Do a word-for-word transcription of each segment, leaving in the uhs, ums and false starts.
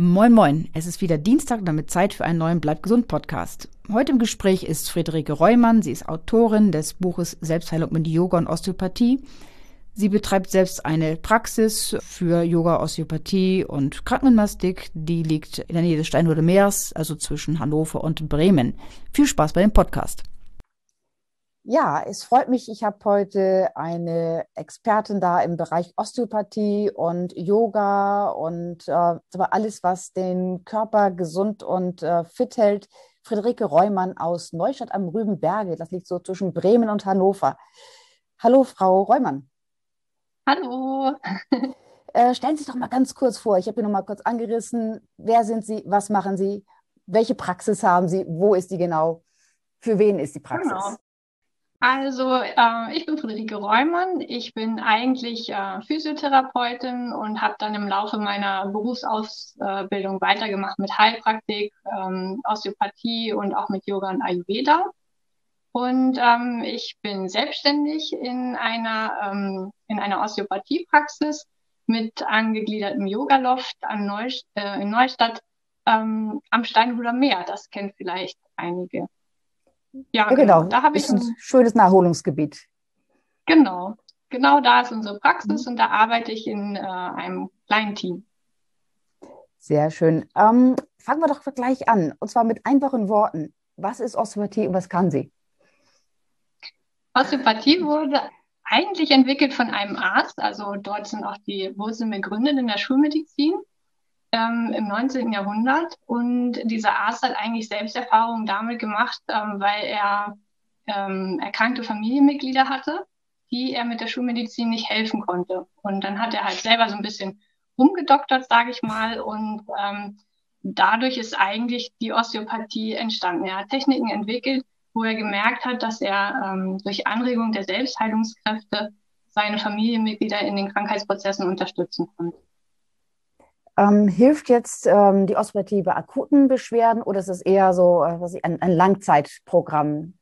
Moin Moin, es ist wieder Dienstag und damit Zeit für einen neuen Bleib gesund Podcast. Heute im Gespräch ist Friederike Reumann, sie ist Autorin des Buches Selbstheilung mit Yoga und Osteopathie. Sie betreibt selbst eine Praxis für Yoga, Osteopathie und Krankengymnastik, die liegt in der Nähe des Steinhuder Meers, also zwischen Hannover und Bremen. Viel Spaß bei dem Podcast. Ja, es freut mich, ich habe heute eine Expertin da im Bereich Osteopathie und Yoga und äh, alles, was den Körper gesund und äh, fit hält. Friederike Reumann aus Neustadt am Rübenberge, das liegt so zwischen Bremen und Hannover. Hallo, Frau Reumann. Hallo. Äh, stellen Sie sich doch mal ganz kurz vor, ich habe hier noch mal kurz angerissen, wer sind Sie, was machen Sie, welche Praxis haben Sie, wo ist die genau, für wen ist die Praxis? Genau. Also äh, ich bin Friederike Reumann, ich bin eigentlich äh, Physiotherapeutin und habe dann im Laufe meiner Berufsausbildung weitergemacht mit Heilpraktik, ähm, Osteopathie und auch mit Yoga und Ayurveda. Und ähm, ich bin selbstständig in einer, ähm, in einer Osteopathiepraxis mit angegliedertem Yogaloft an Neust äh, in Neustadt ähm, am Steinhuder Meer. Das kennt vielleicht einige. Ja, Ja, genau. genau, Da habe ich ist ein ein, schönes Naherholungsgebiet. genau, genau da ist unsere Praxis Mhm. und da arbeite ich in äh, einem kleinen Team. Sehr schön. Ähm, fangen wir doch gleich an, und zwar mit einfachen Worten. Was ist Osteopathie und was kann sie? Osteopathie wurde eigentlich entwickelt von einem Arzt, also dort sind auch die Wurzeln begründet in der Schulmedizin ähm, im neunzehnten. Jahrhundert. Und dieser Arzt hat eigentlich Selbsterfahrungen damit gemacht, ähm, weil er ähm, erkrankte Familienmitglieder hatte, die er mit der Schulmedizin nicht helfen konnte. Und dann hat er halt selber so ein bisschen rumgedoktert, sage ich mal, und ähm, dadurch ist eigentlich die Osteopathie entstanden. Er hat Techniken entwickelt, wo er gemerkt hat, dass er ähm, durch Anregung der Selbstheilungskräfte seine Familienmitglieder in den Krankheitsprozessen unterstützen konnte. Ähm, hilft jetzt ähm, die Osteopathie bei akuten Beschwerden oder ist es eher so äh, was ich, ein, ein Langzeitprogramm?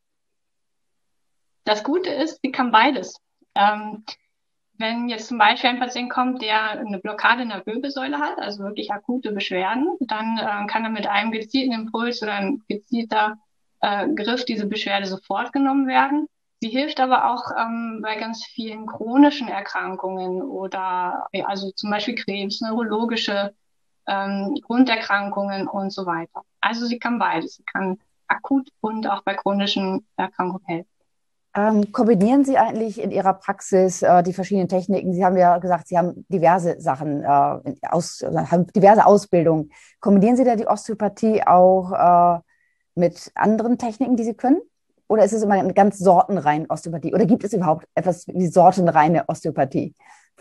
Das Gute ist, sie kann beides. Ähm, wenn jetzt zum Beispiel ein Patient kommt, der eine Blockade in der Wirbelsäule hat, also wirklich akute Beschwerden, dann äh, kann er mit einem gezielten Impuls oder ein gezielter äh, Griff diese Beschwerde sofort genommen werden. Sie hilft aber auch ähm, bei ganz vielen chronischen Erkrankungen oder ja, also zum Beispiel Krebs, neurologische ähm, Grunderkrankungen und so weiter. Also sie kann beides. Sie kann akut und auch bei chronischen Erkrankungen helfen. Ähm, kombinieren Sie eigentlich in Ihrer Praxis äh, die verschiedenen Techniken? Sie haben ja gesagt, Sie haben diverse Sachen, äh, aus, haben diverse Ausbildungen. Kombinieren Sie da die Osteopathie auch äh, mit anderen Techniken, die Sie können? Oder ist es immer eine ganz sortenreine Osteopathie? Oder gibt es überhaupt etwas wie sortenreine Osteopathie?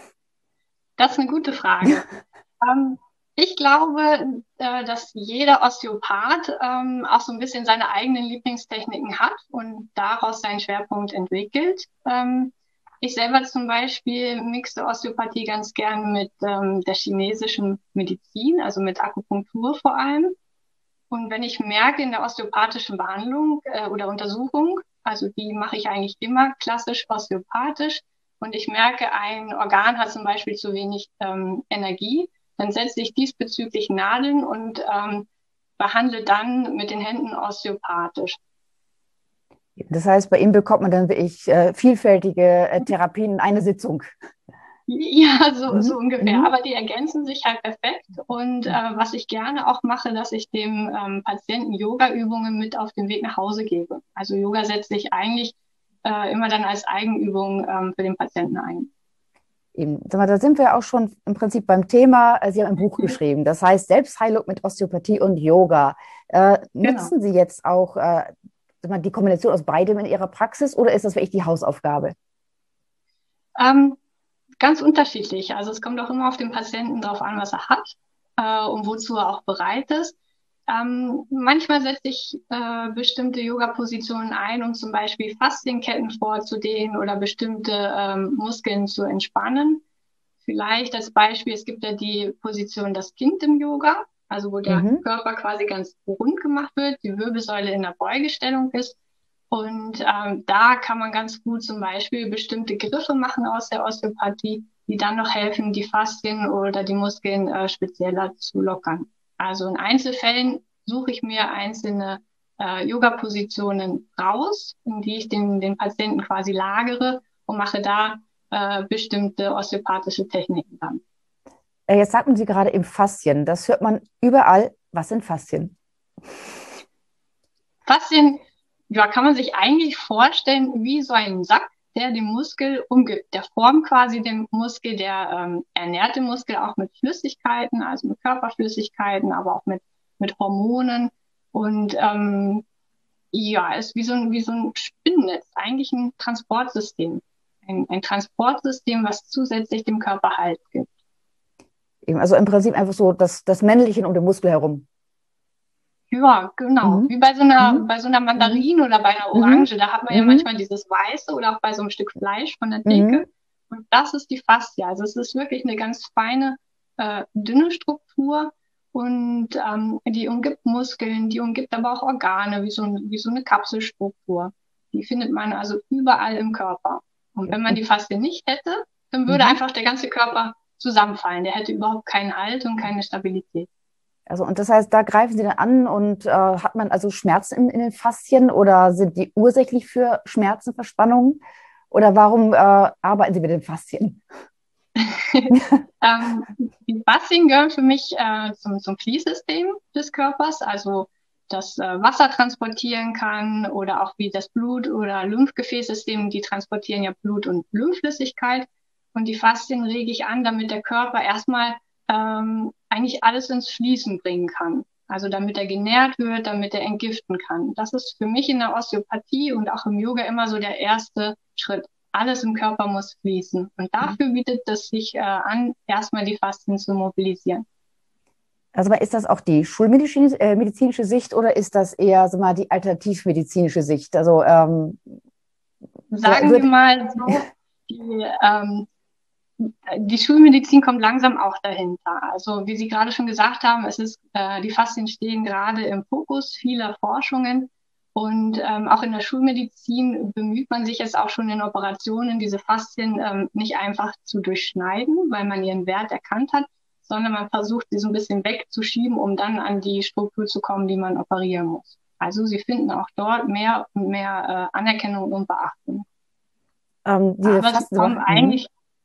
Das ist eine gute Frage. Ähm, ich glaube, äh, dass jeder Osteopath ähm, auch so ein bisschen seine eigenen Lieblingstechniken hat und daraus seinen Schwerpunkt entwickelt. Ähm, ich selber zum Beispiel mixe Osteopathie ganz gern mit ähm, der chinesischen Medizin, also mit Akupunktur vor allem. Und wenn ich merke in der osteopathischen Behandlung äh, oder Untersuchung, also die mache ich eigentlich immer klassisch osteopathisch, und ich merke, ein Organ hat zum Beispiel zu wenig ähm, Energie, dann setze ich diesbezüglich Nadeln und ähm, behandle dann mit den Händen osteopathisch. Das heißt, bei Ihnen bekommt man dann wirklich äh, vielfältige äh, Therapien in eine Sitzung. Ja, so, so Mhm. ungefähr. Mhm. Aber die ergänzen sich halt perfekt. Und äh, was ich gerne auch mache, dass ich dem ähm, Patienten Yoga-Übungen mit auf den Weg nach Hause gebe. Also Yoga setze ich eigentlich äh, immer dann als Eigenübung ähm, für den Patienten ein. Eben. Sag mal, da sind wir auch schon im Prinzip beim Thema. äh, Sie haben ein Buch geschrieben, das heißt Selbstheilung mit Osteopathie und Yoga. Äh, Genau. nutzen Sie jetzt auch äh, sag mal, die Kombination aus beidem in Ihrer Praxis oder ist das wirklich die Hausaufgabe? Ähm, Ganz unterschiedlich. Also es kommt auch immer auf den Patienten drauf an, was er hat äh, und wozu er auch bereit ist. Ähm, manchmal setze ich äh, bestimmte Yoga-Positionen ein, um zum Beispiel Faszienketten vorzudehnen oder bestimmte ähm, Muskeln zu entspannen. Vielleicht als Beispiel, es gibt ja die Position das Kind im Yoga, also wo der Mhm. Körper quasi ganz rund gemacht wird, die Wirbelsäule in der Beugestellung ist. Und ähm, da kann man ganz gut zum Beispiel bestimmte Griffe machen aus der Osteopathie, die dann noch helfen, die Faszien oder die Muskeln äh, spezieller zu lockern. Also in Einzelfällen suche ich mir einzelne äh, Yoga-Positionen raus, in die ich den, den Patienten quasi lagere und mache da äh, bestimmte osteopathische Techniken dann. Äh, Jetzt sagten Sie gerade im Faszien, das hört man überall. Was sind Faszien? Faszien, ja, kann man sich eigentlich vorstellen wie so ein Sack, der den Muskel umgibt. Der formt quasi den Muskel, der ähm, ernährt den Muskel auch mit Flüssigkeiten, also mit Körperflüssigkeiten, aber auch mit, mit Hormonen. Und ähm, ja, ist wie so ein, wie so ein Spinnennetz, eigentlich ein Transportsystem. Ein, ein Transportsystem, was zusätzlich dem Körper Halt gibt. Eben, also im Prinzip einfach so das, das Männliche um den Muskel herum. Ja, genau. Mhm. Wie bei so einer, Mhm. bei so einer Mandarine oder bei einer Mhm. Orange. Da hat man ja Mhm. manchmal dieses Weiße oder auch bei so einem Stück Fleisch von der Mhm. Theke. Und das ist die Faszie. Also es ist wirklich eine ganz feine, äh, dünne Struktur und ähm, die umgibt Muskeln, die umgibt aber auch Organe, wie so, ein, wie so eine Kapselstruktur. Die findet man also überall im Körper. Und wenn man die Faszie nicht hätte, dann würde Mhm. einfach der ganze Körper zusammenfallen. Der hätte überhaupt keinen Halt und keine Stabilität. Also, und das heißt, da greifen Sie dann an und äh, hat man also Schmerzen in, in den Faszien oder sind die ursächlich für Schmerzen, Verspannungen? Oder warum äh, arbeiten Sie mit den Faszien? ähm, die Faszien gehören für mich äh, zum, zum Fließsystem des Körpers, also das äh, Wasser transportieren kann oder auch wie das Blut- oder Lymphgefäßsystem, die transportieren ja Blut- und Lymphflüssigkeit. Und die Faszien rege ich an, damit der Körper erstmal ähm, eigentlich alles ins Fließen bringen kann. Also damit er genährt wird, damit er entgiften kann. Das ist für mich in der Osteopathie und auch im Yoga immer so der erste Schritt. Alles im Körper muss fließen. Und dafür bietet es sich äh, an, erstmal die Faszien zu mobilisieren. Also ist das auch die schulmedizinische äh, medizinische Sicht oder ist das eher so mal die alternativmedizinische Sicht? Also ähm, so Sagen wir wird mal so, die, ähm, die Schulmedizin kommt langsam auch dahinter. Also wie Sie gerade schon gesagt haben, es ist, äh, die Faszien stehen gerade im Fokus vieler Forschungen. Und ähm, auch in der Schulmedizin bemüht man sich jetzt auch schon in Operationen, diese Faszien ähm, nicht einfach zu durchschneiden, weil man ihren Wert erkannt hat, sondern man versucht, sie so ein bisschen wegzuschieben, um dann an die Struktur zu kommen, die man operieren muss. Also sie finden auch dort mehr und mehr äh, Anerkennung und Beachtung. ähm, diese Aber sie Fasten. kommen Mhm. eigentlich,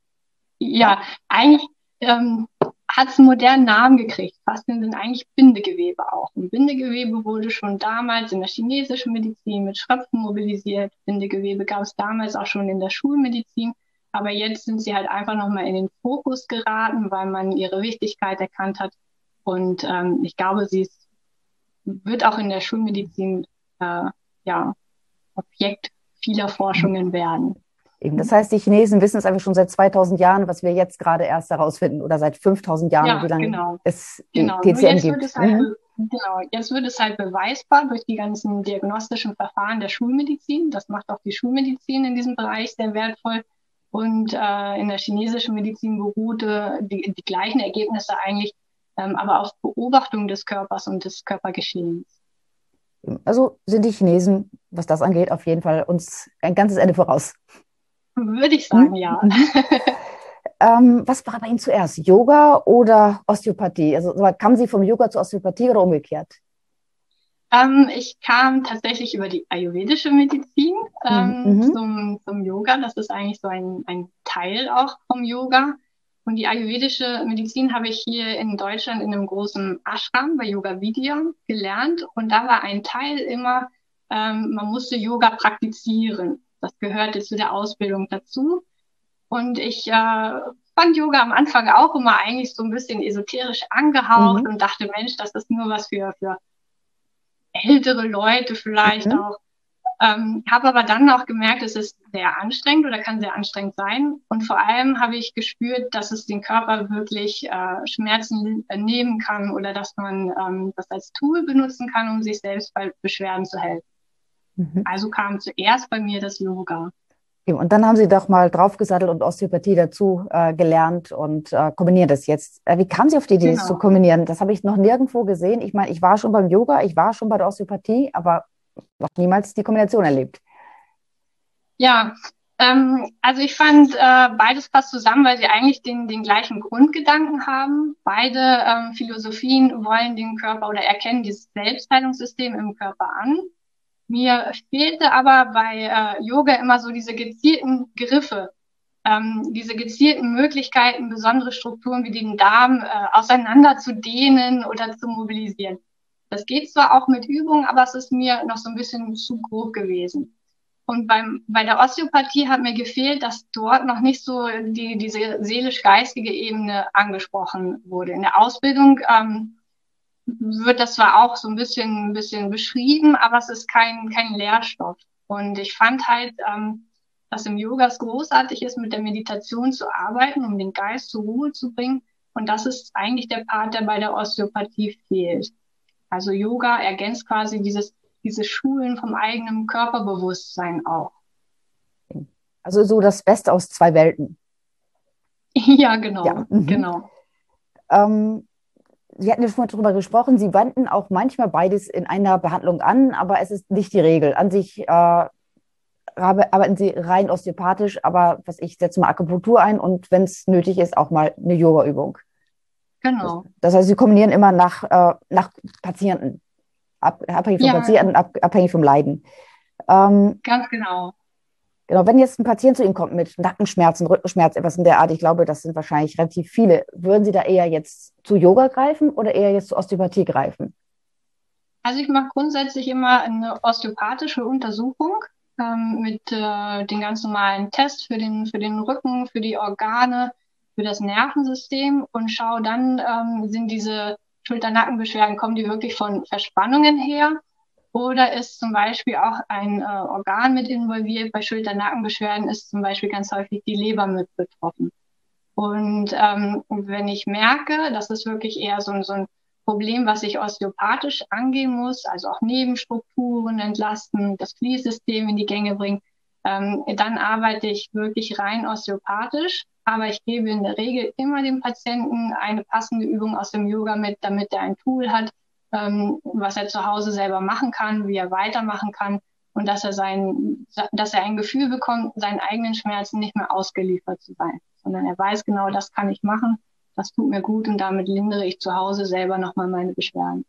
Ja. ja, eigentlich ähm, hat es einen modernen Namen gekriegt. Faszien sind eigentlich Bindegewebe auch. Und Bindegewebe wurde schon damals in der chinesischen Medizin mit Schröpfen mobilisiert. Bindegewebe gab es damals auch schon in der Schulmedizin. Aber jetzt sind sie halt einfach nochmal in den Fokus geraten, weil man ihre Wichtigkeit erkannt hat. Und ähm, ich glaube, sie ist, wird auch in der Schulmedizin äh, ja, Objekt vieler Forschungen werden. Eben. Das heißt, die Chinesen wissen es einfach schon seit zweitausend Jahren, was wir jetzt gerade erst herausfinden, oder seit fünftausend Jahren, wie Ja, lange genau. es die Genau. Nur T C M jetzt wird gibt. es halt, Mhm. genau, jetzt wird es halt beweisbar durch die ganzen diagnostischen Verfahren der Schulmedizin. Das macht auch die Schulmedizin in diesem Bereich sehr wertvoll. Und äh, in der chinesischen Medizin beruhte die, die gleichen Ergebnisse eigentlich, ähm, aber auf Beobachtung des Körpers und des Körpergeschehens. Also sind die Chinesen, was das angeht, auf jeden Fall uns ein ganzes Ende voraus. Würde ich sagen, Mhm. ja. Mhm. Ähm, was war bei Ihnen zuerst? Yoga oder Osteopathie? Also kamen Sie vom Yoga zur Osteopathie oder umgekehrt? Ähm, ich kam tatsächlich über die ayurvedische Medizin Mhm. ähm, Mhm. zum, zum Yoga. Das ist eigentlich so ein, ein Teil auch vom Yoga. Und die ayurvedische Medizin habe ich hier in Deutschland in einem großen Ashram bei Yoga Vidya gelernt. Und da war ein Teil immer, ähm, man musste Yoga praktizieren. Das gehörte zu der Ausbildung dazu. Und ich äh, fand Yoga am Anfang auch immer eigentlich so ein bisschen esoterisch angehaucht Mhm. und dachte, Mensch, das ist nur was für, für ältere Leute vielleicht Mhm. auch. Ähm, habe aber dann auch gemerkt, es ist sehr anstrengend oder kann sehr anstrengend sein. Und vor allem habe ich gespürt, dass es den Körper wirklich äh, Schmerzen äh, nehmen kann oder dass man ähm, das als Tool benutzen kann, um sich selbst bei Beschwerden zu helfen. Mhm. Also kam zuerst bei mir das Yoga. Ja, und dann haben Sie doch mal draufgesattelt und Osteopathie dazu äh, gelernt und äh, kombinieren das jetzt. Äh, wie kamen Sie auf die Idee, das zu Genau. kombinieren? Das habe ich noch nirgendwo gesehen. Ich meine, ich war schon beim Yoga, ich war schon bei der Osteopathie, aber noch niemals die Kombination erlebt. Ja, Ähm, also ich fand, äh, beides passt zusammen, weil sie eigentlich den, den gleichen Grundgedanken haben. Beide ähm, Philosophien wollen den Körper oder erkennen dieses Selbstheilungssystem im Körper an. Mir fehlte aber bei äh, Yoga immer so diese gezielten Griffe, ähm, diese gezielten Möglichkeiten, besondere Strukturen wie den Darm äh, auseinander zu dehnen oder zu mobilisieren. Das geht zwar auch mit Übung, aber es ist mir noch so ein bisschen zu grob gewesen. Und beim, bei der Osteopathie hat mir gefehlt, dass dort noch nicht so die, diese seelisch-geistige Ebene angesprochen wurde. In der Ausbildung ähm, wird das zwar auch so ein bisschen, ein bisschen beschrieben, aber es ist kein, kein Lehrstoff. Und ich fand halt, ähm, dass im Yoga es großartig ist, mit der Meditation zu arbeiten, um den Geist zur Ruhe zu bringen. Und das ist eigentlich der Part, der bei der Osteopathie fehlt. Also Yoga ergänzt quasi dieses, dieses Schulen vom eigenen Körperbewusstsein auch. Also so das Beste aus zwei Welten. Ja, genau, Ja. Mhm. genau. Ähm, Sie hatten ja schon mal darüber gesprochen, Sie wenden auch manchmal beides in einer Behandlung an, aber es ist nicht die Regel. An sich äh, arbeiten Sie rein osteopathisch, aber was ich setze mal Akupunktur ein und wenn es nötig ist, auch mal eine Yoga-Übung. Genau. Das, das heißt, Sie kombinieren immer nach, äh, nach Patienten, ab, abhängig vom Ja, Patienten, ab, abhängig vom Leiden. Ähm, ganz genau. Genau, wenn jetzt ein Patient zu Ihnen kommt mit Nackenschmerzen, Rückenschmerzen, etwas in der Art, ich glaube, das sind wahrscheinlich relativ viele, würden Sie da eher jetzt zu Yoga greifen oder eher jetzt zu Osteopathie greifen? Also ich mache grundsätzlich immer eine osteopathische Untersuchung ähm, mit äh, den ganz normalen Tests für den, für den Rücken, für die Organe, für das Nervensystem und schaue dann, ähm, sind diese Schulter-Nackenbeschwerden, kommen die wirklich von Verspannungen her? Oder ist zum Beispiel auch ein äh, Organ mit involviert? Bei Schulter-Nackenbeschwerden ist zum Beispiel ganz häufig die Leber mit betroffen. Und ähm, wenn ich merke, das ist wirklich eher so, ein so ein Problem, was ich osteopathisch angehen muss, also auch Nebenstrukturen entlasten, das Fließsystem in die Gänge bringen, ähm, dann arbeite ich wirklich rein osteopathisch. Aber ich gebe in der Regel immer dem Patienten eine passende Übung aus dem Yoga mit, damit er ein Tool hat, ähm, was er zu Hause selber machen kann, wie er weitermachen kann und dass er sein, dass er ein Gefühl bekommt, seinen eigenen Schmerzen nicht mehr ausgeliefert zu sein, sondern er weiß genau, das kann ich machen, das tut mir gut und damit lindere ich zu Hause selber nochmal meine Beschwerden.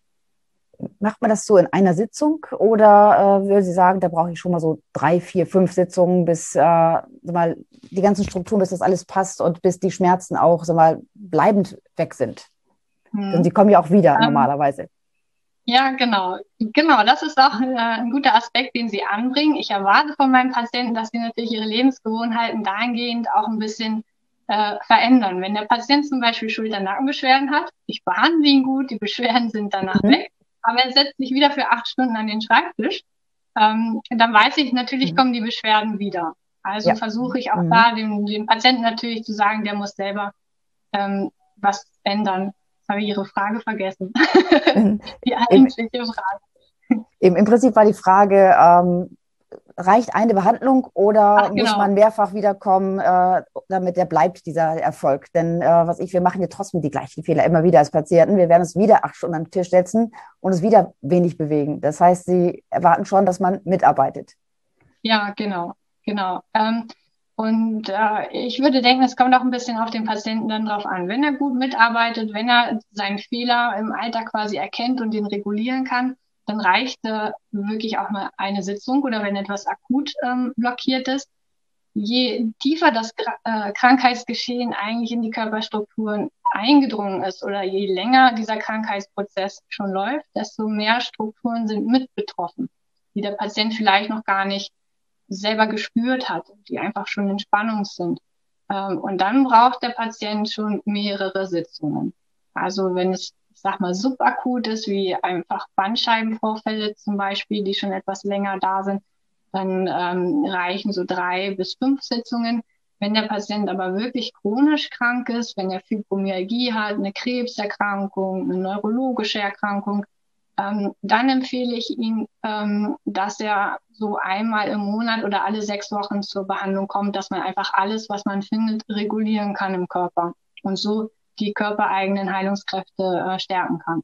Macht man das so in einer Sitzung oder äh, würden Sie sagen, da brauche ich schon mal so drei, vier, fünf Sitzungen, bis äh, sag mal, die ganzen Strukturen, bis das alles passt und bis die Schmerzen auch sag mal, bleibend weg sind? Hm. Denn sie kommen ja auch wieder ähm, normalerweise. Ja, genau. Genau, das ist auch äh, ein guter Aspekt, den Sie anbringen. Ich erwarte von meinen Patienten, dass sie natürlich ihre Lebensgewohnheiten dahingehend auch ein bisschen äh, verändern. Wenn der Patient zum Beispiel Schulter-Nackenbeschwerden hat, ich behandle ihn gut, die Beschwerden sind danach mhm. weg, aber er setzt sich wieder für acht Stunden an den Schreibtisch, ähm, dann weiß ich, natürlich mhm. kommen die Beschwerden wieder. Also ja. versuche ich auch mhm. da dem, dem Patienten natürlich zu sagen, der muss selber ähm, was ändern. Jetzt habe ich Ihre Frage vergessen. Die eigentliche Frage. Im, Im Prinzip war die Frage, ähm, reicht eine Behandlung oder Ach, genau. muss man mehrfach wiederkommen, äh, damit der bleibt, dieser Erfolg? Denn äh, was ich, wir machen ja trotzdem die gleichen Fehler immer wieder als Patienten. Wir werden uns wieder acht Stunden am Tisch setzen und es wieder wenig bewegen. Das heißt, Sie erwarten schon, dass man mitarbeitet. Ja, genau, genau. Ähm, Und äh, ich würde denken, es kommt auch ein bisschen auf den Patienten dann drauf an. Wenn er gut mitarbeitet, wenn er seinen Fehler im Alltag quasi erkennt und den regulieren kann, dann reicht äh, wirklich auch mal eine Sitzung oder wenn etwas akut ähm, blockiert ist. Je tiefer das äh, Krankheitsgeschehen eigentlich in die Körperstrukturen eingedrungen ist oder je länger dieser Krankheitsprozess schon läuft, desto mehr Strukturen sind mit betroffen, die der Patient vielleicht noch gar nicht selber gespürt hat, die einfach schon in Spannung sind. Ähm, und dann braucht der Patient schon mehrere Sitzungen. Also wenn es, ich sag mal, subakut ist, wie einfach Bandscheibenvorfälle zum Beispiel, die schon etwas länger da sind, dann ähm, reichen so drei bis fünf Sitzungen. Wenn der Patient aber wirklich chronisch krank ist, wenn er Fibromyalgie hat, eine Krebserkrankung, eine neurologische Erkrankung, Ähm, dann empfehle ich ihm, ähm, dass er so einmal im Monat oder alle sechs Wochen zur Behandlung kommt, dass man einfach alles, was man findet, regulieren kann im Körper und so die körpereigenen Heilungskräfte äh, stärken kann.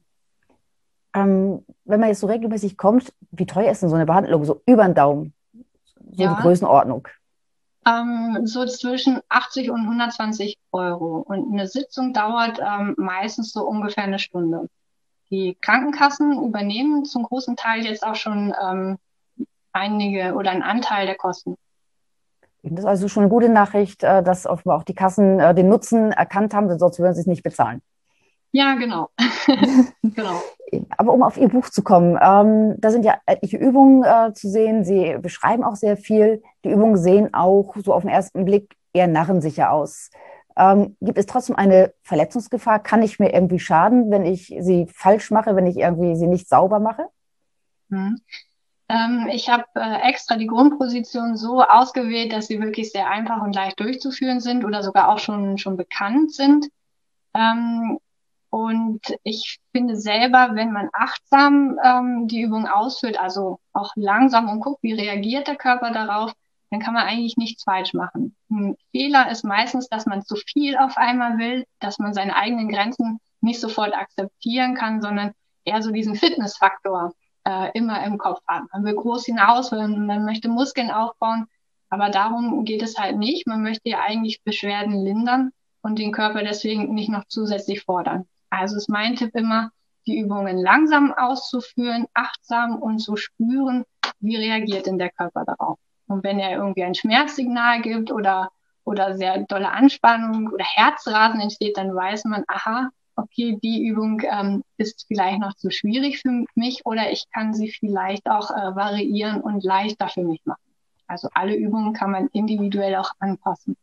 Ähm, wenn man jetzt so regelmäßig kommt, wie teuer ist denn so eine Behandlung? So über den Daumen, so ja. die Größenordnung? Ähm, so zwischen achtzig und hundertzwanzig Euro. Und eine Sitzung dauert ähm, meistens so ungefähr eine Stunde. Die Krankenkassen übernehmen zum großen Teil jetzt auch schon ähm, einige oder einen Anteil der Kosten. Das ist also schon eine gute Nachricht, äh, dass offenbar auch die Kassen äh, den Nutzen erkannt haben, denn sonst würden sie es nicht bezahlen. Ja, genau. Genau. Aber um auf Ihr Buch zu kommen, ähm, da sind ja etliche Übungen äh, zu sehen. Sie beschreiben auch sehr viel. Die Übungen sehen auch so auf den ersten Blick eher narrensicher aus. Ähm, gibt es trotzdem eine Verletzungsgefahr? Kann ich mir irgendwie schaden, wenn ich sie falsch mache, wenn ich irgendwie sie nicht sauber mache? Hm. Ähm, ich habe äh, extra die Grundposition so ausgewählt, dass sie wirklich sehr einfach und leicht durchzuführen sind oder sogar auch schon, schon bekannt sind. Ähm, und ich finde selber, wenn man achtsam ähm, die Übung ausführt, also auch langsam und guckt, wie reagiert der Körper darauf, dann kann man eigentlich nichts falsch machen. Ein Fehler ist meistens, dass man zu viel auf einmal will, dass man seine eigenen Grenzen nicht sofort akzeptieren kann, sondern eher so diesen Fitnessfaktor äh, immer im Kopf hat. Man will groß hinaus, man möchte Muskeln aufbauen, aber darum geht es halt nicht. Man möchte ja eigentlich Beschwerden lindern und den Körper deswegen nicht noch zusätzlich fordern. Also ist mein Tipp immer, die Übungen langsam auszuführen, achtsam und zu spüren, wie reagiert denn der Körper darauf. Und wenn er irgendwie ein Schmerzsignal gibt oder, oder sehr dolle Anspannung oder Herzrasen entsteht, dann weiß man, aha, okay, die Übung ähm, ist vielleicht noch zu schwierig für mich oder ich kann sie vielleicht auch äh, variieren und leichter für mich machen. Also alle Übungen kann man individuell auch anpassen.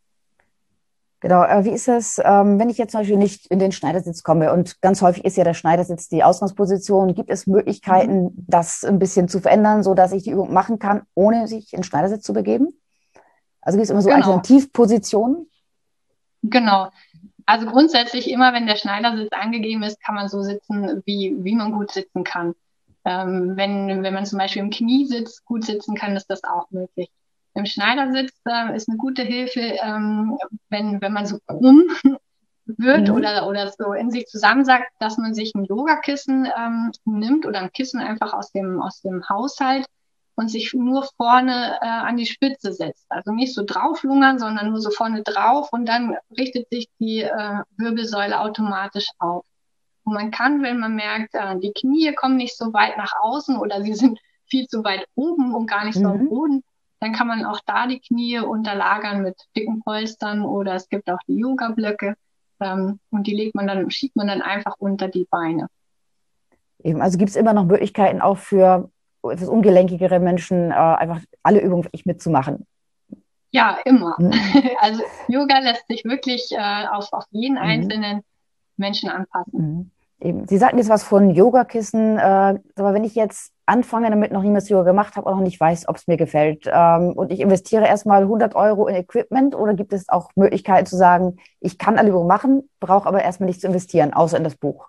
Genau, äh, wie ist das, ähm, wenn ich jetzt zum Beispiel nicht in den Schneidersitz komme und ganz häufig ist ja der Schneidersitz die Ausgangsposition, gibt es Möglichkeiten, mhm. das ein bisschen zu verändern, sodass ich die Übung machen kann, ohne sich in den Schneidersitz zu begeben? Also gibt es immer so genau. Alternativpositionen? Genau. Also grundsätzlich immer, wenn der Schneidersitz angegeben ist, kann man so sitzen, wie, wie man gut sitzen kann. Ähm, wenn, wenn man zum Beispiel im Kniesitz gut sitzen kann, ist das auch möglich. Im Schneidersitz äh, ist eine gute Hilfe, ähm, wenn, wenn man so krumm wird mhm. oder, oder so in sich zusammensackt, dass man sich ein Yogakissen ähm, nimmt oder ein Kissen einfach aus dem, aus dem Haushalt und sich nur vorne äh, an die Spitze setzt. Also nicht so drauflungern, sondern nur so vorne drauf und dann richtet sich die äh, Wirbelsäule automatisch auf. Und man kann, wenn man merkt, äh, die Knie kommen nicht so weit nach außen oder sie sind viel zu weit oben und gar nicht mhm. so am Boden, dann kann man auch da die Knie unterlagern mit dicken Polstern oder es gibt auch die Yoga-Blöcke ähm, und die legt man dann, schiebt man dann einfach unter die Beine. Eben, also gibt es immer noch Möglichkeiten auch für etwas ungelenkigere Menschen, äh, einfach alle Übungen wirklich mitzumachen? Ja, immer. Mhm. Also Yoga lässt sich wirklich äh, auf, auf jeden mhm. einzelnen Menschen anpassen. Mhm. Eben. Sie sagten jetzt was von Yogakissen, äh, aber wenn ich jetzt anfange, damit noch niemals Yoga gemacht habe und noch nicht weiß, ob es mir gefällt ähm, und ich investiere erstmal hundert Euro in Equipment oder gibt es auch Möglichkeiten zu sagen, ich kann alle Übungen machen, brauche aber erstmal nicht zu investieren, außer in das Buch?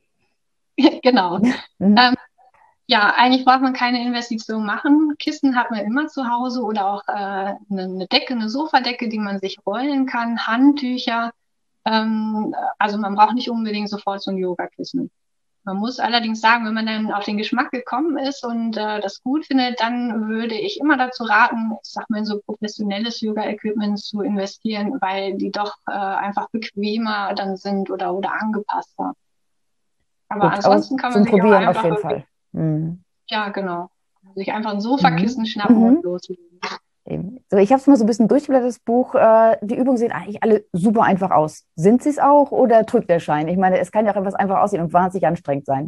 Genau. Mhm. Ähm, ja, eigentlich braucht man keine Investition machen. Kissen hat man immer zu Hause oder auch äh, eine, eine Decke, eine Sofadecke, die man sich rollen kann, Handtücher. Ähm, also man braucht nicht unbedingt sofort so ein Yogakissen. Man muss allerdings sagen, wenn man dann auf den Geschmack gekommen ist und äh, das gut findet, dann würde ich immer dazu raten, ich sag mal, in so professionelles Yoga-Equipment zu investieren, weil die doch äh, einfach bequemer dann sind oder, oder angepasster. Aber gut, ansonsten aber kann man sich Probieren auch einfach auf jeden Fall. Mhm. Ja, genau. Sich einfach ein Sofakissen mhm. schnappen mhm. und loslegen. So, ich habe es mal so ein bisschen durchgeblättert, das Buch. Äh, die Übungen sehen eigentlich alle super einfach aus. Sind sie es auch oder trügt der Schein? Ich meine, es kann ja auch etwas einfach aussehen und wahnsinnig anstrengend sein.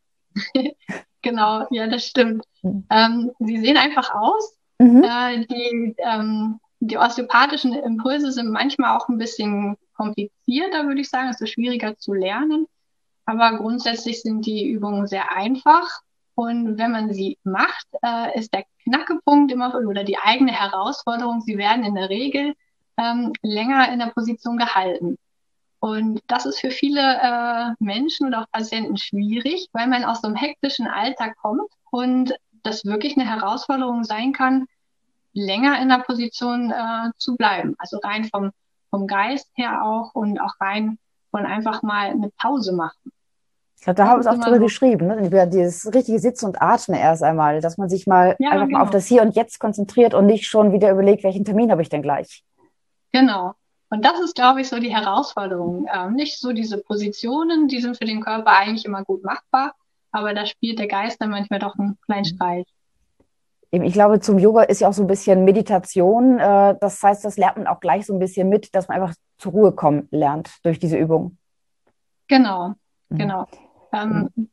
Genau, ja, das stimmt. Mhm. Ähm, sie sehen einfach aus. Mhm. Äh, die, ähm, die osteopathischen Impulse sind manchmal auch ein bisschen komplizierter, würde ich sagen. Es ist schwieriger zu lernen. Aber grundsätzlich sind die Übungen sehr einfach. Und wenn man sie macht, äh, ist der Knackepunkt immer oder die eigene Herausforderung, sie werden in der Regel ähm, länger in der Position gehalten. Und das ist für viele äh, Menschen oder auch Patienten schwierig, weil man aus so einem hektischen Alltag kommt und das wirklich eine Herausforderung sein kann, länger in der Position äh, zu bleiben. Also rein vom, vom Geist her auch und auch rein von einfach mal eine Pause machen. Ich glaube, da Das haben wir es ist auch immer drüber so. geschrieben, ne? Über dieses richtige Sitzen und Atmen erst einmal, dass man sich mal Ja, einfach mal auf genau. das Hier und Jetzt konzentriert und nicht schon wieder überlegt, welchen Termin habe ich denn gleich. Genau. Und das ist, glaube ich, so die Herausforderung. Ähm, nicht so diese Positionen, die sind für den Körper eigentlich immer gut machbar, aber da spielt der Geist dann manchmal doch einen kleinen Streich. Eben, ich glaube, zum Yoga ist ja auch so ein bisschen Meditation. Äh, das heißt, das lernt man auch gleich so ein bisschen mit, dass man einfach zur Ruhe kommen lernt durch diese Übung. Genau, Mhm. genau. Ähm, Mhm.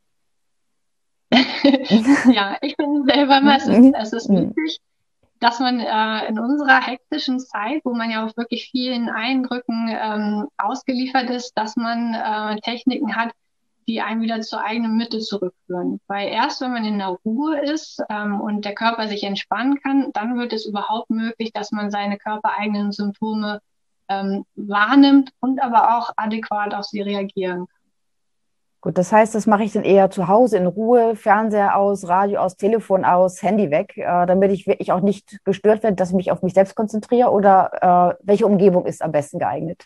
ja, ich bin selber immer, es ist, es ist Mhm. wichtig, dass man äh, in unserer hektischen Zeit, wo man ja auch wirklich vielen Eindrücken ähm, ausgeliefert ist, dass man äh, Techniken hat, die einen wieder zur eigenen Mitte zurückführen. Weil erst wenn man in der Ruhe ist ähm, und der Körper sich entspannen kann, dann wird es überhaupt möglich, dass man seine körpereigenen Symptome ähm, wahrnimmt und aber auch adäquat auf sie reagieren kann. Gut, das heißt, das mache ich dann eher zu Hause in Ruhe, Fernseher aus, Radio aus, Telefon aus, Handy weg, äh, damit ich wirklich auch nicht gestört werde, dass ich mich auf mich selbst konzentriere oder äh, welche Umgebung ist am besten geeignet?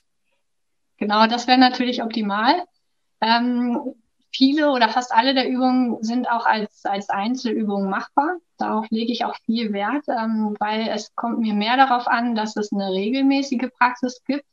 Genau, das wäre natürlich optimal. Ähm, viele oder fast alle der Übungen sind auch als, als Einzelübungen machbar. Darauf lege ich auch viel Wert, ähm, weil es kommt mir mehr darauf an, dass es eine regelmäßige Praxis gibt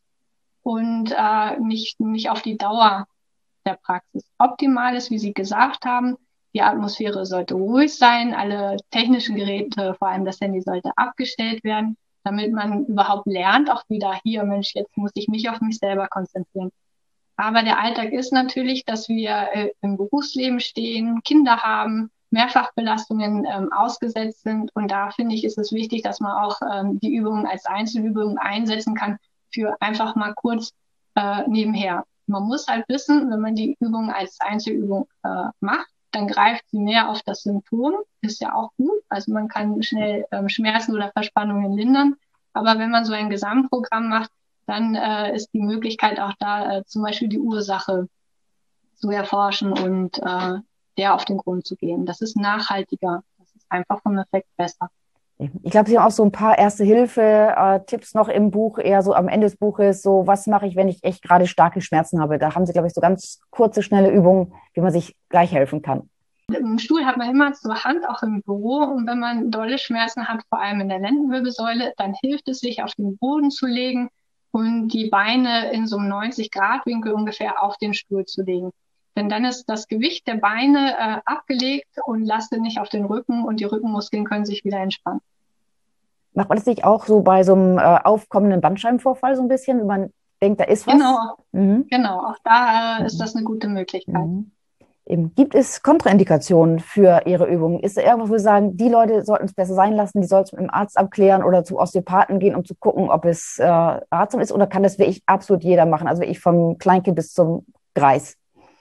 und äh, nicht, nicht auf die Dauer der Praxis. Optimal ist, wie Sie gesagt haben, die Atmosphäre sollte ruhig sein, alle technischen Geräte, vor allem das Handy, sollte abgestellt werden, damit man überhaupt lernt, auch wieder hier, Mensch, jetzt muss ich mich auf mich selber konzentrieren. Aber der Alltag ist natürlich, dass wir äh, im Berufsleben stehen, Kinder haben, Mehrfachbelastungen ähm, ausgesetzt sind. Und da finde ich, ist es wichtig, dass man auch ähm, die Übungen als Einzelübungen einsetzen kann für einfach mal kurz äh, nebenher. Man muss halt wissen, wenn man die Übung als Einzelübung äh, macht, dann greift sie mehr auf das Symptom, ist ja auch gut. Also man kann schnell ähm, Schmerzen oder Verspannungen lindern. Aber wenn man so ein Gesamtprogramm macht, dann äh, ist die Möglichkeit auch da, äh, zum Beispiel die Ursache zu erforschen und äh, der auf den Grund zu gehen. Das ist nachhaltiger. Das ist einfach vom Effekt besser. Ich glaube, Sie haben auch so ein paar Erste-Hilfe-Tipps noch im Buch, eher so am Ende des Buches, so was mache ich, wenn ich echt gerade starke Schmerzen habe. Da haben Sie, glaube ich, so ganz kurze, schnelle Übungen, wie man sich gleich helfen kann. Einen Stuhl hat man immer zur Hand, auch im Büro. Und wenn man dolle Schmerzen hat, vor allem in der Lendenwirbelsäule, dann hilft es, sich auf den Boden zu legen und die Beine in so einem neunzig-Grad-Winkel ungefähr auf den Stuhl zu legen. Denn dann ist das Gewicht der Beine äh, abgelegt und lastet nicht auf den Rücken und die Rückenmuskeln können sich wieder entspannen. Macht man das nicht auch so bei so einem äh, aufkommenden Bandscheibenvorfall so ein bisschen, wenn man denkt, da ist was? Genau, Mhm. genau. Auch da äh, ist Mhm. das eine gute Möglichkeit. Mhm. Eben. Gibt es Kontraindikationen für Ihre Übungen? Ist da irgendwas, wo Sie sagen, die Leute sollten es besser sein lassen, die sollten es mit dem Arzt abklären oder zu Osteopathen gehen, um zu gucken, ob es äh, ratsam ist? Oder kann das wirklich absolut jeder machen? Also wirklich vom Kleinkind bis zum Greis?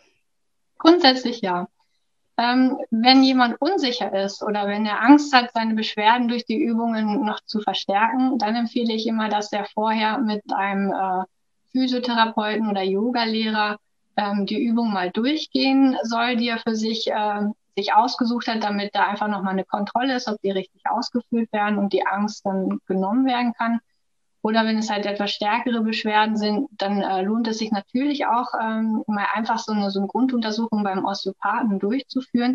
Grundsätzlich ja. Ähm, wenn jemand unsicher ist oder wenn er Angst hat, seine Beschwerden durch die Übungen noch zu verstärken, dann empfehle ich immer, dass er vorher mit einem äh, Physiotherapeuten oder Yogalehrer ähm, die Übung mal durchgehen soll, die er für sich, äh, sich ausgesucht hat, damit da einfach nochmal eine Kontrolle ist, ob die richtig ausgeführt werden und die Angst dann genommen werden kann. Oder wenn es halt etwas stärkere Beschwerden sind, dann äh, lohnt es sich natürlich auch, ähm, mal einfach so eine, so eine Grunduntersuchung beim Osteopathen durchzuführen.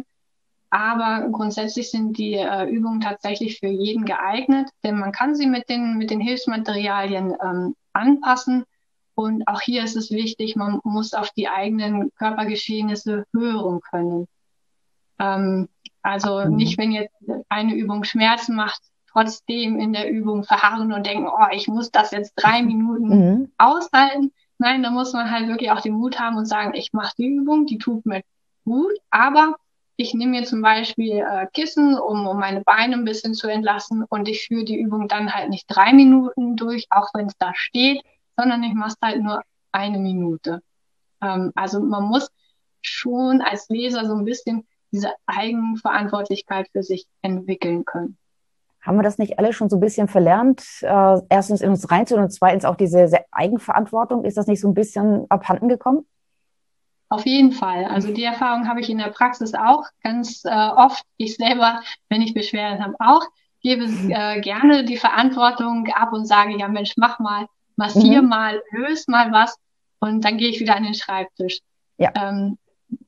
Aber grundsätzlich sind die äh, Übungen tatsächlich für jeden geeignet, denn man kann sie mit den, mit den Hilfsmaterialien ähm, anpassen. Und auch hier ist es wichtig, man muss auf die eigenen Körpergeschehnisse hören können. Ähm, also nicht, Mhm. wenn jetzt eine Übung Schmerzen macht, trotzdem in der Übung verharren und denken, oh, ich muss das jetzt drei Minuten Mhm. aushalten. Nein, da muss man halt wirklich auch den Mut haben und sagen, ich mache die Übung, die tut mir gut, aber ich nehme mir zum Beispiel äh, Kissen, um, um meine Beine ein bisschen zu entlassen und ich führe die Übung dann halt nicht drei Minuten durch, auch wenn es da steht, sondern ich mache es halt nur eine Minute. Ähm, also man muss schon als Leser so ein bisschen diese Eigenverantwortlichkeit für sich entwickeln können. Haben wir das nicht alle schon so ein bisschen verlernt? Äh, erstens in uns reinzuholen und zweitens auch diese Eigenverantwortung. Ist das nicht so ein bisschen abhanden gekommen? Auf jeden Fall. Also die Erfahrung habe ich in der Praxis auch ganz äh, oft. Ich selber, wenn ich Beschwerden habe, auch gebe äh, gerne die Verantwortung ab und sage, ja Mensch, mach mal, massier Mhm. mal, löse mal was und dann gehe ich wieder an den Schreibtisch. Ja. Ähm,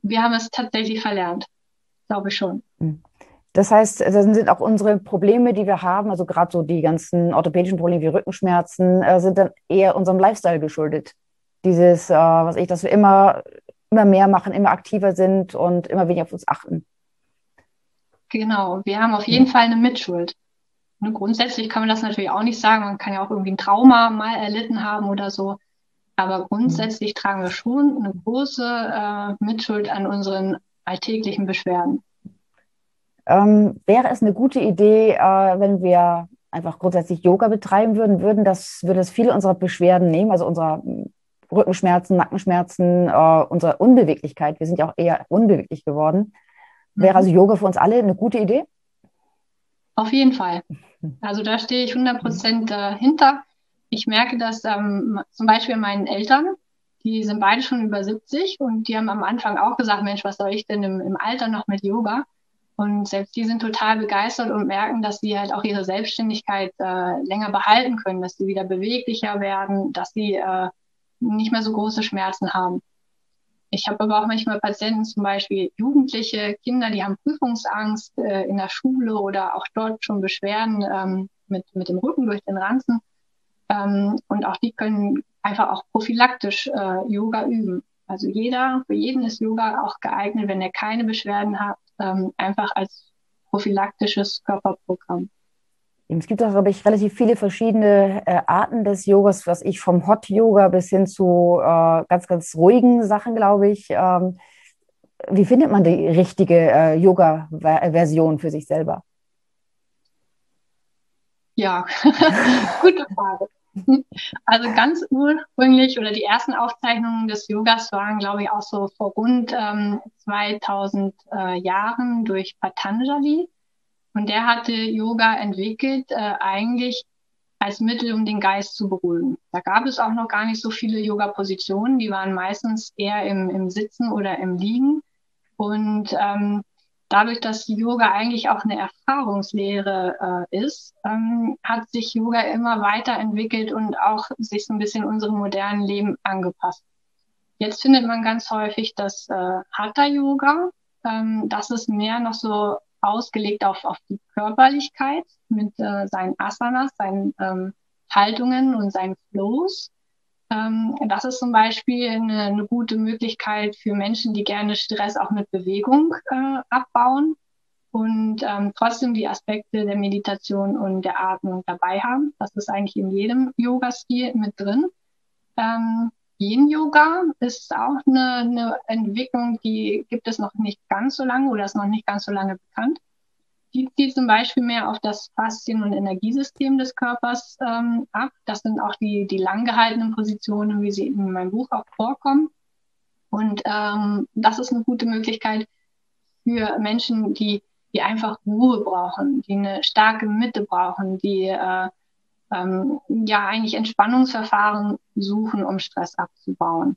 wir haben es tatsächlich verlernt, glaube ich schon. Das heißt, das sind auch unsere Probleme, die wir haben, also gerade so die ganzen orthopädischen Probleme wie Rückenschmerzen, äh, sind dann eher unserem Lifestyle geschuldet. Dieses, äh, was ich, dass wir immer, immer mehr machen, immer aktiver sind und immer weniger auf uns achten. Genau, wir haben auf jeden Fall eine Mitschuld. Und grundsätzlich kann man das natürlich auch nicht sagen. Man kann ja auch irgendwie ein Trauma mal erlitten haben oder so. Aber grundsätzlich tragen wir schon eine große äh, Mitschuld an unseren alltäglichen Beschwerden. Ähm, wäre es eine gute Idee, äh, wenn wir einfach grundsätzlich Yoga betreiben würden, würden das, würde das viele unserer Beschwerden nehmen, also unserer Rückenschmerzen, Nackenschmerzen, äh, unsere Unbeweglichkeit. Wir sind ja auch eher unbeweglich geworden. Wäre also Yoga für uns alle eine gute Idee? Auf jeden Fall. Also da stehe ich hundert Prozent dahinter. Ich merke das ähm, zum Beispiel meinen Eltern, die sind beide schon über siebzig und die haben am Anfang auch gesagt, Mensch, was soll ich denn im, im Alter noch mit Yoga? Und selbst die sind total begeistert und merken, dass sie halt auch ihre Selbstständigkeit äh, länger behalten können, dass sie wieder beweglicher werden, dass sie äh, nicht mehr so große Schmerzen haben. Ich habe aber auch manchmal Patienten, zum Beispiel Jugendliche, Kinder, die haben Prüfungsangst äh, in der Schule oder auch dort schon Beschwerden ähm, mit, mit dem Rücken durch den Ranzen. Ähm, und auch die können einfach auch prophylaktisch äh, Yoga üben. Also jeder, für jeden ist Yoga auch geeignet, wenn er keine Beschwerden hat, ähm, einfach als prophylaktisches Körperprogramm. Es gibt auch, glaube ich, relativ viele verschiedene äh, Arten des Yogas, was ich vom Hot-Yoga bis hin zu äh, ganz, ganz ruhigen Sachen, glaube ich. Ähm, wie findet man die richtige äh, Yoga-Version für sich selber? Ja, gute Frage. Also ganz ursprünglich oder die ersten Aufzeichnungen des Yogas waren, glaube ich, auch so vor rund ähm, zweitausend äh, Jahren durch Patanjali. Und der hatte Yoga entwickelt, äh, eigentlich als Mittel, um den Geist zu beruhigen. Da gab es auch noch gar nicht so viele Yoga-Positionen. Die waren meistens eher im, im Sitzen oder im Liegen. Und ähm, dadurch, dass Yoga eigentlich auch eine Erfahrungslehre äh, ist, ähm, hat sich Yoga immer weiterentwickelt und auch sich so ein bisschen unserem modernen Leben angepasst. Jetzt findet man ganz häufig das äh, Hatha-Yoga. Ähm, das ist mehr noch so ausgelegt auf, auf die Körperlichkeit mit äh, seinen Asanas, seinen ähm, Haltungen und seinen Flows. Ähm, das ist zum Beispiel eine, eine gute Möglichkeit für Menschen, die gerne Stress auch mit Bewegung äh, abbauen und ähm, trotzdem die Aspekte der Meditation und der Atmung dabei haben. Das ist eigentlich in jedem Yoga-Stil mit drin. Ähm, Yin-Yoga ist auch eine, eine Entwicklung, die gibt es noch nicht ganz so lange oder ist noch nicht ganz so lange bekannt. Die zielt zum Beispiel mehr auf das Faszien- und Energiesystem des Körpers ähm, ab. Das sind auch die, die lang gehaltenen Positionen, wie sie in meinem Buch auch vorkommen. Und ähm, das ist eine gute Möglichkeit für Menschen, die, die einfach Ruhe brauchen, die eine starke Mitte brauchen, die äh, ähm, ja eigentlich Entspannungsverfahren suchen, um Stress abzubauen.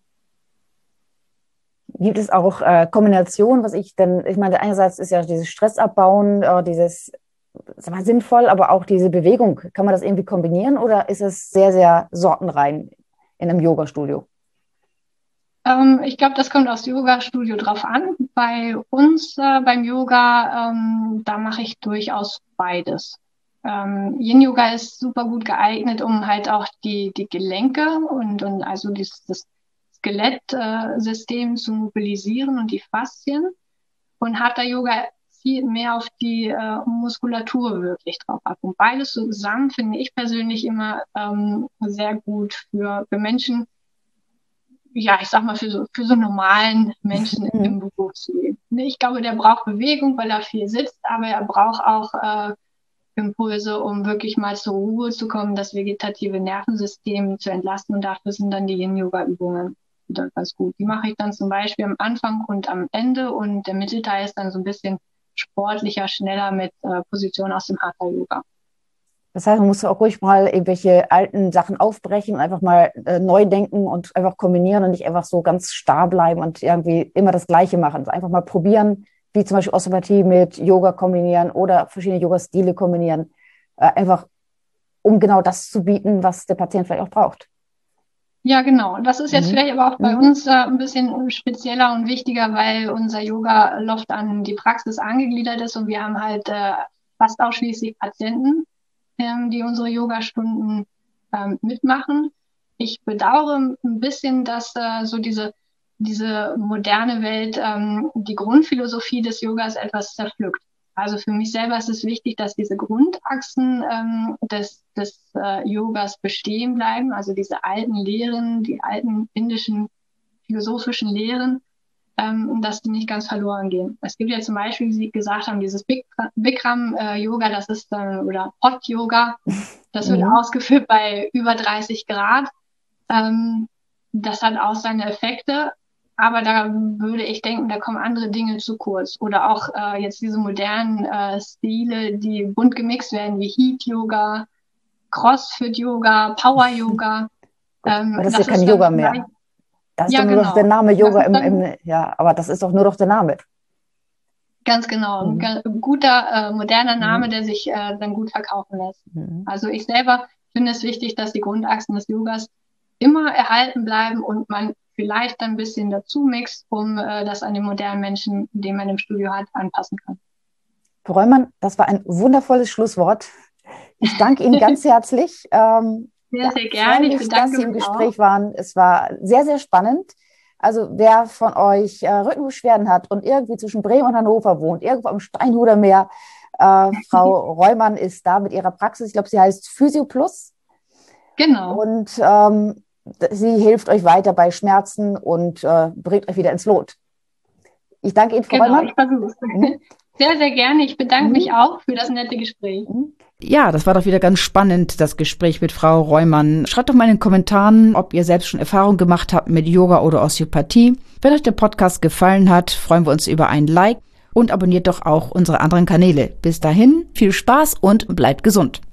Gibt es auch äh, Kombinationen, was ich denn, ich meine, einerseits ist ja dieses Stress abbauen, äh, dieses, sag mal, sinnvoll, aber auch diese Bewegung. Kann man das irgendwie kombinieren oder ist es sehr, sehr sortenrein in einem Yoga-Studio? Ähm, ich glaube, das kommt aufs Yoga-Studio drauf an. Bei uns äh, beim Yoga, ähm, da mache ich durchaus beides. Ähm, Yin-Yoga ist super gut geeignet, um halt auch die, die Gelenke und, und also das, das Skelettsystem äh, zu mobilisieren und die Faszien. Und Hatha-Yoga zielt mehr auf die äh, Muskulatur wirklich drauf ab. Und beides zusammen finde ich persönlich immer ähm, sehr gut für, für Menschen, ja, ich sag mal, für so, für so normalen Menschen Mhm. im Berufsleben. Ich glaube, der braucht Bewegung, weil er viel sitzt, aber er braucht auch äh, Impulse, um wirklich mal zur Ruhe zu kommen, das vegetative Nervensystem zu entlasten. Und dafür sind dann die Yin-Yoga-Übungen wieder ganz gut. Die mache ich dann zum Beispiel am Anfang und am Ende und der Mittelteil ist dann so ein bisschen sportlicher, schneller mit äh, Positionen aus dem Hatha-Yoga. Das heißt, man muss auch ruhig mal irgendwelche alten Sachen aufbrechen und einfach mal äh, neu denken und einfach kombinieren und nicht einfach so ganz starr bleiben und irgendwie immer das Gleiche machen. Also einfach mal probieren, wie zum Beispiel Osteopathie mit Yoga kombinieren oder verschiedene Yoga-Stile kombinieren. Äh, einfach, um genau das zu bieten, was der Patient vielleicht auch braucht. Ja, genau. Und das ist jetzt Mhm. vielleicht aber auch bei Mhm. uns äh, ein bisschen spezieller und wichtiger, weil unser Yoga-Loft an die Praxis angegliedert ist und wir haben halt äh, fast ausschließlich Patienten, ähm, die unsere Yogastunden ähm, mitmachen. Ich bedauere ein bisschen, dass äh, so diese, diese moderne Welt ähm, die Grundphilosophie des Yogas etwas zerpflückt. Also für mich selber ist es wichtig, dass diese Grundachsen ähm, des, des äh, Yogas bestehen bleiben, also diese alten Lehren, die alten indischen philosophischen Lehren, ähm, dass die nicht ganz verloren gehen. Es gibt ja zum Beispiel, wie Sie gesagt haben, dieses Bikram-Yoga, äh, das ist dann, oder Hot-Yoga, das wird Mhm. ausgeführt bei über dreißig Grad. Ähm, das hat auch seine Effekte, aber da würde ich denken, da kommen andere Dinge zu kurz. Oder auch äh, jetzt diese modernen äh, Stile, die bunt gemixt werden, wie Heat-Yoga, Crossfit-Yoga, Power-Yoga. Gut, Ähm, aber das ist das ja kein ist dann Yoga vielleicht, mehr. Das ist ja doch nur noch der genau. Name Das Yoga ist im, dann im, ja, aber das ist doch nur noch der Name. ganz genau ein Mhm. ga- guter, äh, moderner Name, Mhm. der sich äh, dann gut verkaufen lässt. Mhm. Also ich selber finde es wichtig, dass die Grundachsen des Yogas immer erhalten bleiben und man vielleicht ein bisschen dazu mixt, um äh, das an den modernen Menschen, den man im Studio hat, anpassen kann. Frau Reumann, das war ein wundervolles Schlusswort. Ich danke Ihnen ganz herzlich. Ähm, Sehr, ja, sehr freue gerne. Ich mich, dass bedanke Sie im mich auch. Gespräch waren. Es war sehr, sehr spannend. Also wer von euch äh, Rückenbeschwerden hat und irgendwie zwischen Bremen und Hannover wohnt, irgendwo am Steinhuder Meer, äh, Frau Reumann ist da mit ihrer Praxis. Ich glaube, sie heißt Physio Plus. Genau. Und ähm, sie hilft euch weiter bei Schmerzen und äh, bringt euch wieder ins Lot. Ich danke Ihnen, Frau Genau, Reumann. ich versuche es. Mhm. Sehr, sehr gerne. Ich bedanke mich Mhm. auch für das nette Gespräch. Mhm. Ja, das war doch wieder ganz spannend, das Gespräch mit Frau Reumann. Schreibt doch mal in den Kommentaren, ob ihr selbst schon Erfahrung gemacht habt mit Yoga oder Osteopathie. Wenn euch der Podcast gefallen hat, freuen wir uns über ein Like und abonniert doch auch unsere anderen Kanäle. Bis dahin, viel Spaß und bleibt gesund.